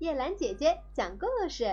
叶兰姐姐讲故事。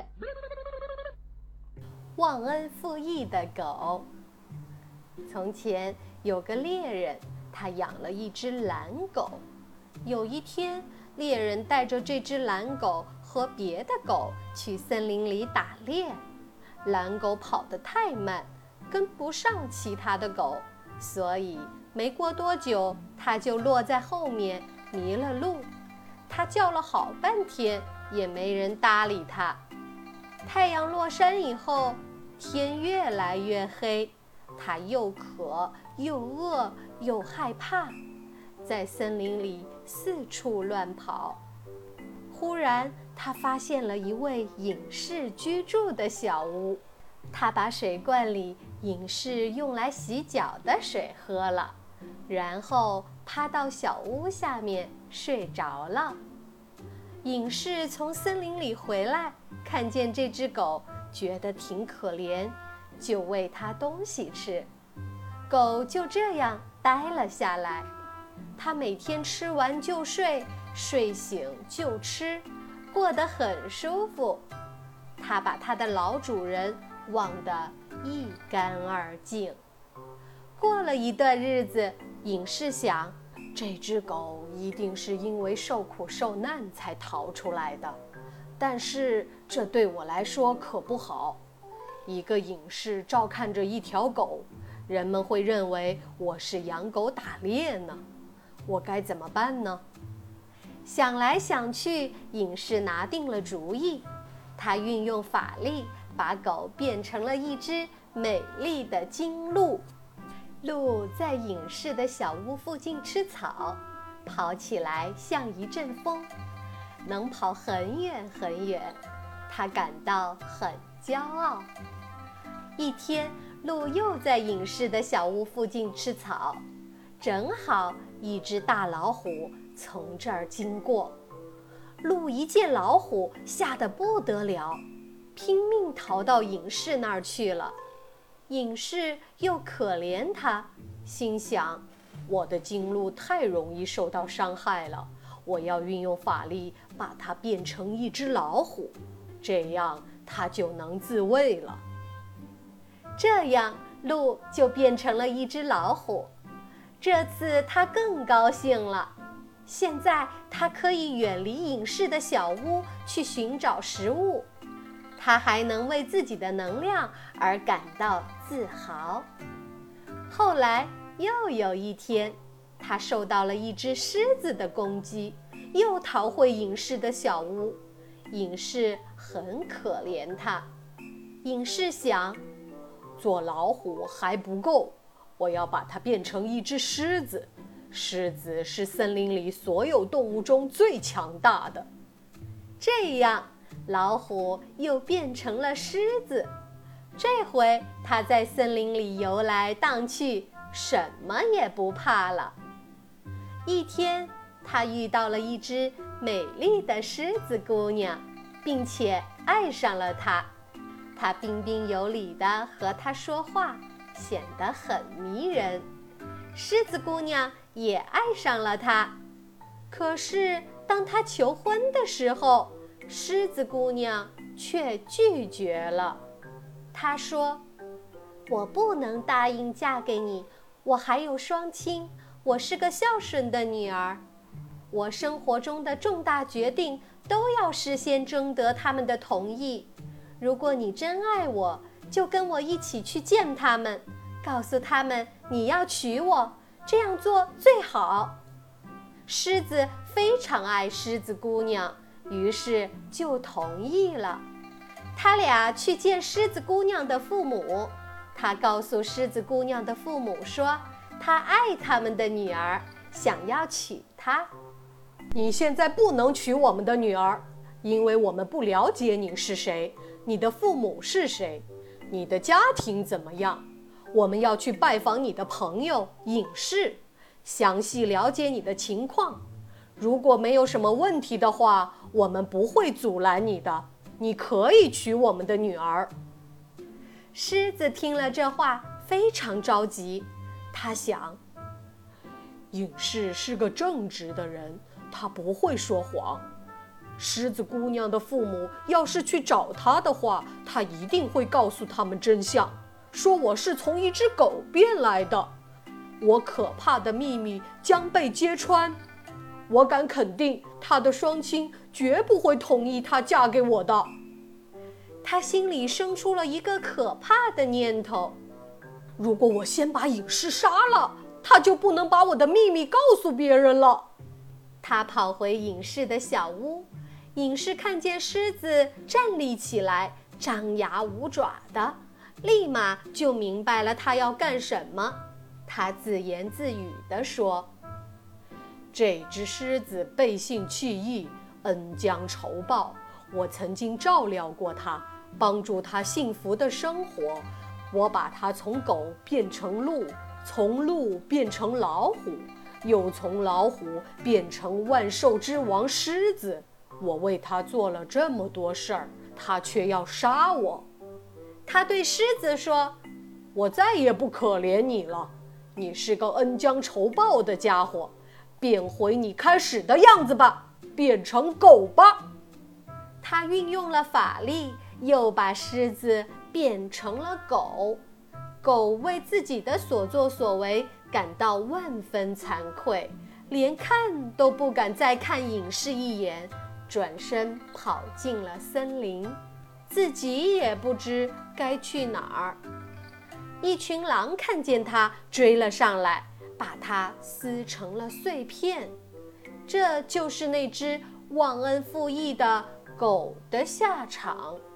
忘恩负义的狗。从前有个猎人，他养了一只蓝狗。有一天，猎人带着这只蓝狗和别的狗去森林里打猎。蓝狗跑得太慢，跟不上其他的狗，所以没过多久，它就落在后面，迷了路。它叫了好半天，也没人搭理它。太阳落山以后，天越来越黑，它又渴又饿又害怕，在森林里四处乱跑。忽然，他发现了一位隐士居住的小屋。他把水罐里隐士用来洗脚的水喝了，然后趴到小屋下面睡着了。隐士从森林里回来，看见这只狗，觉得挺可怜，就喂它东西吃。狗就这样待了下来。它每天吃完就睡，睡醒就吃，过得很舒服。它把它的老主人忘得一干二净。过了一段日子，隐士想，这只狗一定是因为受苦受难才逃出来的，但是这对我来说可不好。一个隐士照看着一条狗，人们会认为我是养狗打猎呢，我该怎么办呢？想来想去，隐士拿定了主意。他运用法力，把狗变成了一只美丽的金鹿。鹿在隐士的小屋附近吃草，跑起来像一阵风，能跑很远很远，它感到很骄傲。一天，鹿又在隐士的小屋附近吃草，正好一只大老虎从这儿经过。鹿一见老虎，吓得不得了，拼命逃到隐士那儿去了。隐士又可怜他，心想，我的金鹿太容易受到伤害了，我要运用法力把它变成一只老虎，这样它就能自卫了。这样，鹿就变成了一只老虎。这次它更高兴了，现在它可以远离隐士的小屋去寻找食物，它还能为自己的能量而感到自豪。后来又有一天，它受到了一只狮子的攻击，又逃回隐士的小屋。隐士很可怜它。隐士想，做老虎还不够，我要把它变成一只狮子。狮子是森林里所有动物中最强大的。这样，老虎又变成了狮子。这回它在森林里游来荡去，什么也不怕了。一天，它遇到了一只美丽的狮子姑娘，并且爱上了她。它彬彬有礼地和她说话，显得很迷人。狮子姑娘也爱上了他，可是当他求婚的时候，狮子姑娘却拒绝了。她说，我不能答应嫁给你，我还有双亲，我是个孝顺的女儿，我生活中的重大决定都要事先征得他们的同意。如果你真爱我，就跟我一起去见他们，告诉他们你要娶我，这样做最好。狮子非常爱狮子姑娘，于是就同意了。他俩去见狮子姑娘的父母，他告诉狮子姑娘的父母说，他爱他们的女儿，想要娶她。你现在不能娶我们的女儿，因为我们不了解你是谁，你的父母是谁，你的家庭怎么样。我们要去拜访你的朋友隐士，详细了解你的情况。如果没有什么问题的话，我们不会阻拦你的，你可以娶我们的女儿。狮子听了这话，非常着急。他想，隐士是个正直的人，他不会说谎。 狮子姑娘的父母要是去找她的话，她一定会告诉他们真相，说我是从一只狗变来的。我可怕的秘密将被揭穿。我敢肯定，她的双亲绝不会同意她嫁给我的。他心里生出了一个可怕的念头：如果我先把隐士杀了，他就不能把我的秘密告诉别人了。他跑回隐士的小屋，隐士看见狮子站立起来，张牙舞爪的，立马就明白了他要干什么。他自言自语地说：这只狮子背信弃义，恩将仇报。我曾经照料过它，帮助它幸福的生活。我把它从狗变成鹿，从鹿变成老虎，又从老虎变成万兽之王狮子。我为它做了这么多事儿，它却要杀我。他对狮子说：我再也不可怜你了，你是个恩将仇报的家伙，变回你开始的样子吧，变成狗吧。他运用了法力，又把狮子变成了狗。狗为自己的所作所为感到万分惭愧，连看都不敢再看隐士一眼，转身跑进了森林，自己也不知该去哪儿。一群狼看见他，追了上来，把他撕成了碎片。这就是那只忘恩负义的狗的下场。